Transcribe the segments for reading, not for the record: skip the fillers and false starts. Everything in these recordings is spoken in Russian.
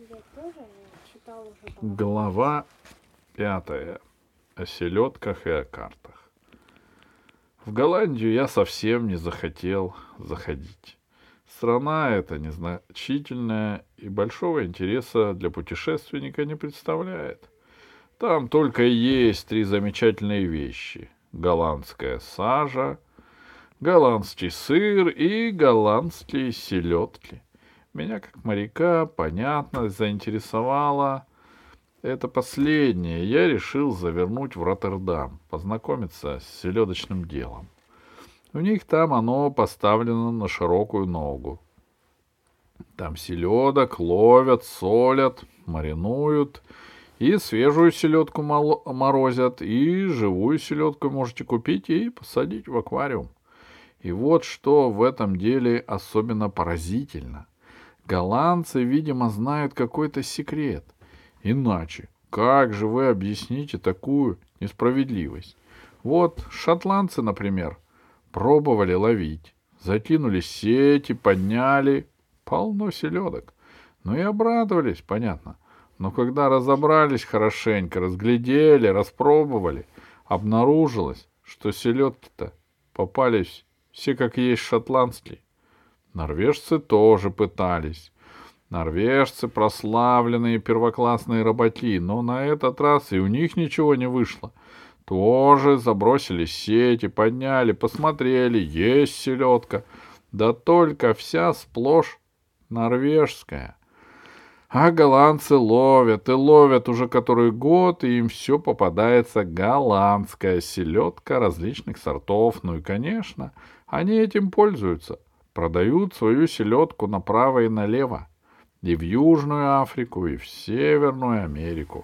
Глава 5. О селедках и о картах. В Голландию я совсем не захотел заходить. Страна эта незначительная и большого интереса для путешественника не представляет. Там только и есть 3 замечательные вещи: голландская сажа, голландский сыр и голландские селедки. Меня, как моряка, понятно, заинтересовало это последнее. Я решил завернуть в Роттердам, познакомиться с селедочным делом. У них там оно поставлено на широкую ногу. Там селедок ловят, солят, маринуют, и свежую селедку морозят, и живую селедку можете купить и посадить в аквариум. И вот что в этом деле особенно поразительно. Голландцы, видимо, знают какой-то секрет. Иначе, как же вы объясните такую несправедливость? Вот шотландцы, например, пробовали ловить, закинули сети, подняли, полно селедок. Ну и обрадовались, понятно. Но когда разобрались хорошенько, разглядели, распробовали, обнаружилось, что селедки-то попались все как есть шотландские. Норвежцы тоже пытались. Норвежцы прославленные первоклассные рыбаки, но на этот раз и у них ничего не вышло. Тоже забросили сети, подняли, посмотрели, есть селедка, да только вся сплошь норвежская. А голландцы ловят и ловят уже который год, и им все попадается голландская селедка различных сортов. Ну и, конечно, они этим пользуются. Продают свою селедку направо и налево. И в Южную Африку, и в Северную Америку.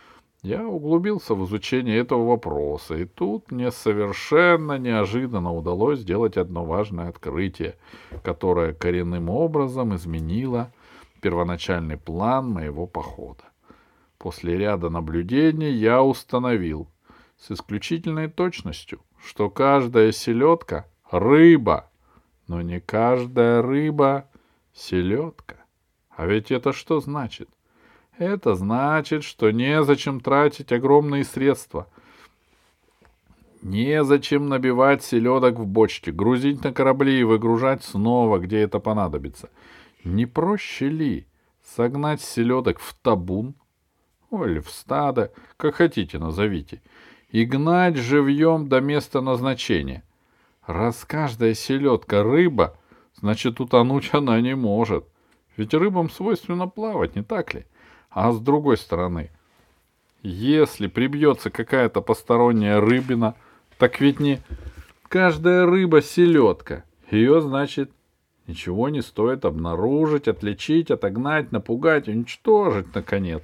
Я углубился в изучение этого вопроса, и тут мне совершенно неожиданно удалось сделать одно важное открытие, которое коренным образом изменило первоначальный план моего похода. После ряда наблюдений я установил с исключительной точностью, что каждая селедка — рыба, но не каждая рыба — селедка. А ведь это что значит? Это значит, что незачем тратить огромные средства. Незачем набивать селедок в бочки, грузить на корабли и выгружать снова, где это понадобится. Не проще ли согнать селедок в табун, или в стадо, как хотите назовите, и гнать живьем до места назначения? Раз каждая селедка рыба, значит, утонуть она не может. Ведь рыбам свойственно плавать, не так ли? А с другой стороны, если прибьется какая-то посторонняя рыбина, так ведь не каждая рыба селедка. Ее, значит, ничего не стоит обнаружить, отличить, отогнать, напугать, уничтожить, наконец.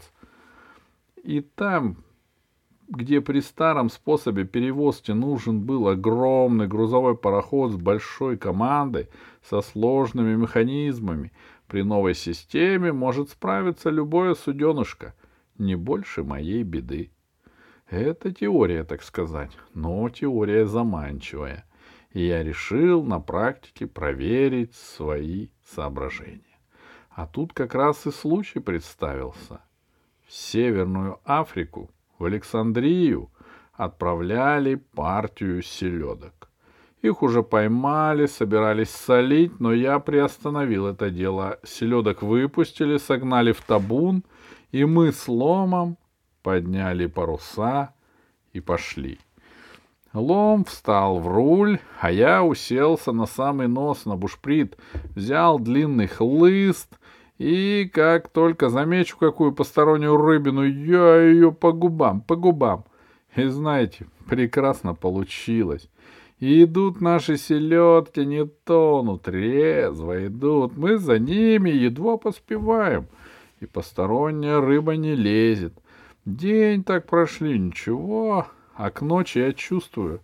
И там, где при старом способе перевозки нужен был огромный грузовой пароход с большой командой, со сложными механизмами, при новой системе может справиться любое суденышко, не больше моей беды. Это теория, так сказать, но теория заманчивая, и я решил на практике проверить свои соображения. А тут как раз и случай представился. В Северную Африку, в Александрию, отправляли партию селедок. Их уже поймали, собирались солить, но я приостановил это дело. Селедок выпустили, согнали в табун, и мы с Ломом подняли паруса и пошли. Лом встал в руль, а я уселся на самый нос, на бушприт, взял длинный хлыст, и как только замечу какую постороннюю рыбину, я ее по губам. И знаете, прекрасно получилось. И идут наши селедки, не тонут, резво идут. Мы за ними едва поспеваем, и посторонняя рыба не лезет. День так прошли, ничего, а к ночи я чувствую.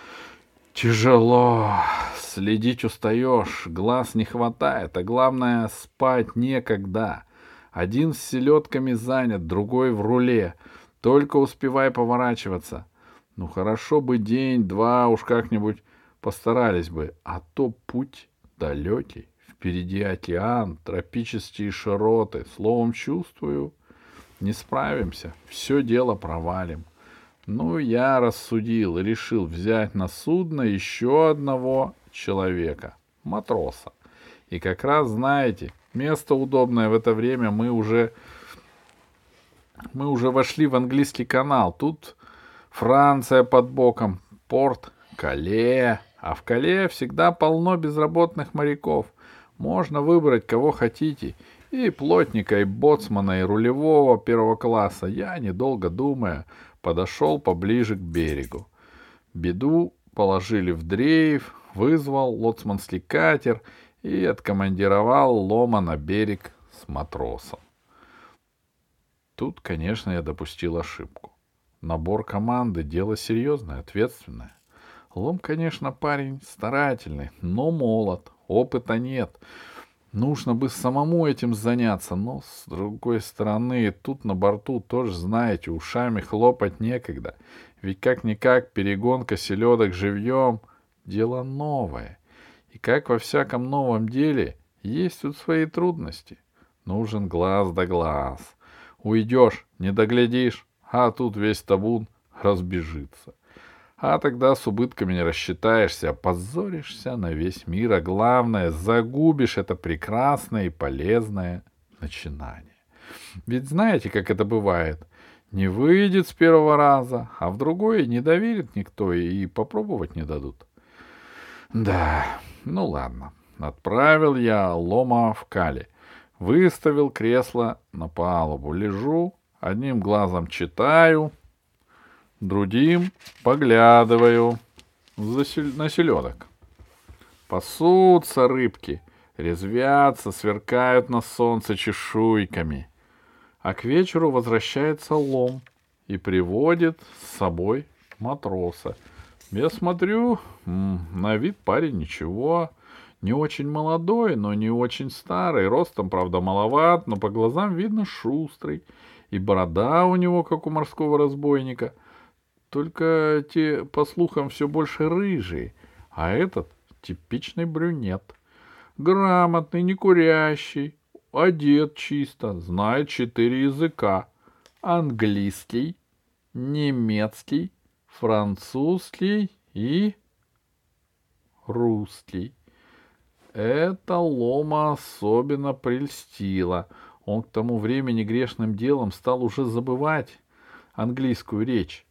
Тяжело, следить устаешь, глаз не хватает, а главное, спать некогда. Один с селедками занят, другой в руле. Только успевай поворачиваться. Ну, хорошо бы день-два уж как-нибудь постарались бы, а то путь далекий, Впереди океан, тропические широты. Словом, чувствую, не справимся, все дело провалим. Ну, я рассудил и решил взять на судно еще одного человека, матроса. И как раз, знаете, место удобное в это время мы уже вошли в английский канал. Тут Франция под боком, порт Кале. А в Кале всегда полно безработных моряков. Можно выбрать, кого хотите. И плотника, и боцмана, и рулевого первого класса. Я, недолго думая, подошел поближе к берегу. Беду положили в дрейф, вызвал лоцманский катер и откомандировал Лома на берег с матросом. Тут, конечно, я допустил ошибку. Набор команды — дело серьезное, ответственное. Лом, конечно, парень старательный, но молод, опыта нет. Нужно бы самому этим заняться, но, с другой стороны, тут на борту тоже, знаете, ушами хлопать некогда. Ведь как-никак перегонка селедок живьем — дело новое. И как во всяком новом деле, есть тут свои трудности. Нужен глаз да глаз. Уйдешь, не доглядишь, а тут весь табун разбежится. А тогда с убытками не рассчитаешься, опозоришься на весь мир, а главное, загубишь это прекрасное и полезное начинание. Ведь знаете, как это бывает? Не выйдет с первого раза, а в другой не доверит никто и попробовать не дадут. Да, ну ладно. Отправил я Лома в Кали. Выставил кресло на палубу. Лежу, одним глазом читаю, другим поглядываю на селедок. Пасутся рыбки, резвятся, сверкают на солнце чешуйками. А к вечеру возвращается Лом и приводит с собой матроса. Я смотрю, на вид парень ничего, не очень молодой, но не очень старый, ростом, правда, маловат, но по глазам видно шустрый, и борода у него, как у морского разбойника. Только те, по слухам, все больше рыжие, а этот типичный брюнет. Грамотный, не курящий, одет чисто, знает 4 языка. Английский, немецкий, французский и русский. Это Лома особенно прельстило. Он к тому времени грешным делом стал уже забывать английскую речь.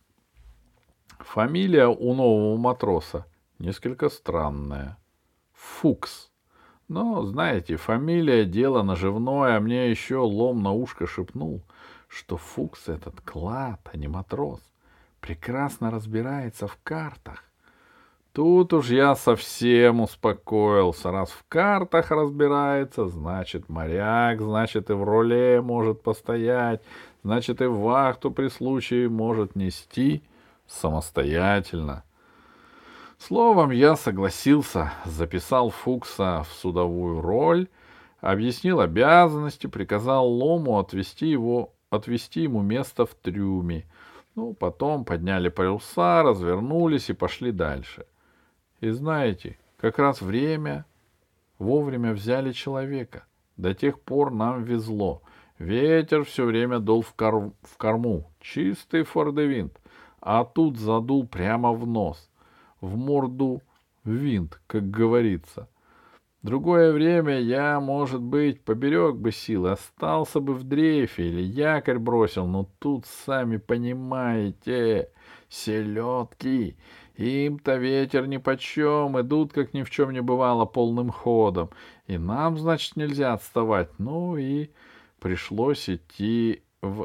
Фамилия у нового матроса несколько странная. Фукс. Но, знаете, фамилия — дело наживное, а мне еще Лом на ушко шепнул, что Фукс этот клад, а не матрос. Прекрасно разбирается в картах. Тут уж я совсем успокоился. Раз в картах разбирается, значит, моряк, значит, и в руле может постоять, значит, и вахту при случае может нести самостоятельно. Словом, я согласился, записал Фукса в судовую роль, объяснил обязанности, приказал Лому отвести ему место в трюме. Ну, потом подняли паруса, развернулись и пошли дальше. И знаете, как раз вовремя взяли человека. До тех пор нам везло. Ветер все время дул в корму, чистый фордевинд, а тут задул прямо в нос, в морду винт, как говорится. Другое время я, может быть, поберег бы силы, остался бы в дрейфе или якорь бросил, но тут, сами понимаете, селедки, им-то ветер нипочем, идут, как ни в чем не бывало, полным ходом, и нам, значит, нельзя отставать. Ну и пришлось идти в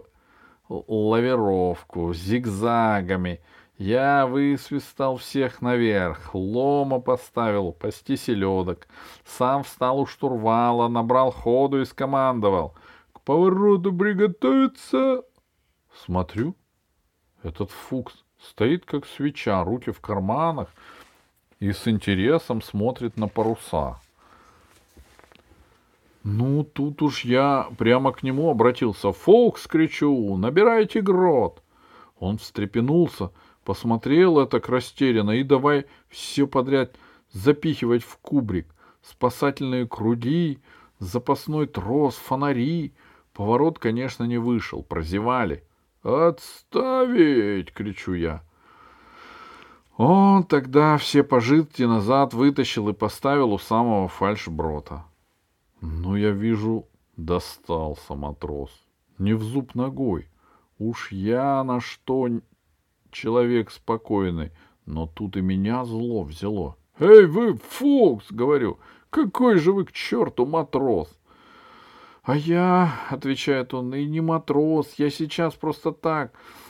лавировку, зигзагами. Я высвистал всех наверх, Лома поставил пасти селедок, сам встал у штурвала, набрал ходу и скомандовал: «К повороту приготовиться!» Смотрю, этот Фукс стоит как свеча, руки в карманах, и с интересом смотрит на паруса. Ну, тут уж я прямо к нему обратился. «Фукс!» — кричу, «набирайте грот!» Он встрепенулся, посмотрел это растерянно и давай все подряд запихивать в кубрик. спасательные круги, запасной трос, фонари. Поворот, конечно, не вышел, прозевали. «Отставить!» — кричу я. Он тогда все пожитки назад вытащил и поставил у самого фальшброта. Ну, я вижу, достался матрос. Не в зуб ногой. Уж я на что человек спокойный, но тут и меня зло взяло. «Эй, вы, Фукс!» — говорю. «Какой же вы к черту матрос!» «А я, — отвечает он, — и не матрос, я сейчас просто так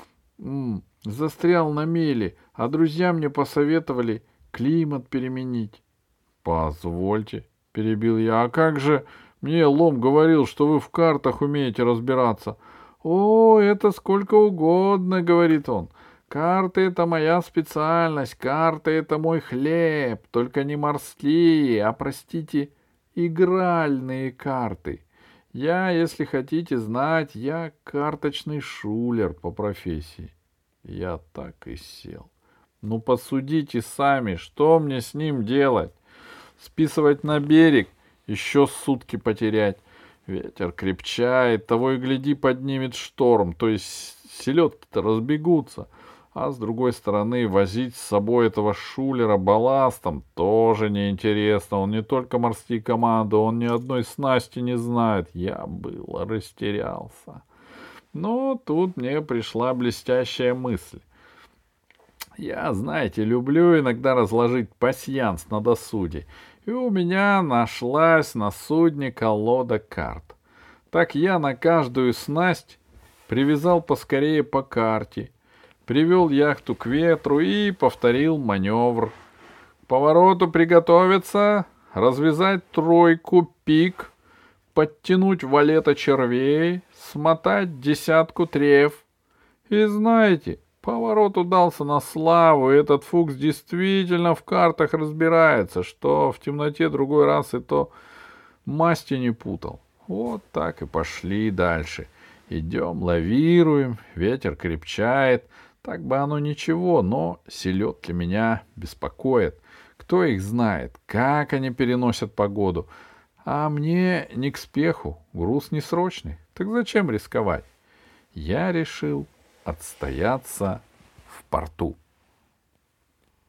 застрял на мели, а друзья мне посоветовали климат переменить». «Позвольте, — перебил я, — а как же мне Лом говорил, что вы в картах умеете разбираться?» «О, это сколько угодно, — говорит он. Карты — это моя специальность, карты — это мой хлеб, только не морские, а, простите, игральные карты. Я, если хотите знать, я карточный шулер по профессии». Я так и сел. Ну, посудите сами, что мне с ним делать? Списывать на берег, еще сутки потерять. Ветер крепчает, того и гляди поднимет шторм, то есть селедки-то разбегутся. А с другой стороны, возить с собой этого шулера балластом тоже неинтересно. Он не только морские команды, он ни одной снасти не знает. Я было растерялся. Но тут мне пришла блестящая мысль. Я, знаете, люблю иногда разложить пасьянс на досуге. И у меня нашлась на судне колода карт. Так я на каждую снасть привязал поскорее по карте, привел яхту к ветру и повторил маневр. К повороту приготовиться, развязать тройку пик, подтянуть валета червей, смотать десятку треф. И знаете, поворот удался на славу, и этот Фукс действительно в картах разбирается, что в темноте другой раз и то масти не путал. Вот так и пошли дальше. Идем, лавируем, ветер крепчает. Так бы оно ничего, но селедки меня беспокоят. Кто их знает, как они переносят погоду. А мне не к спеху, груз не срочный. Так зачем рисковать? Я решил отстояться в порту.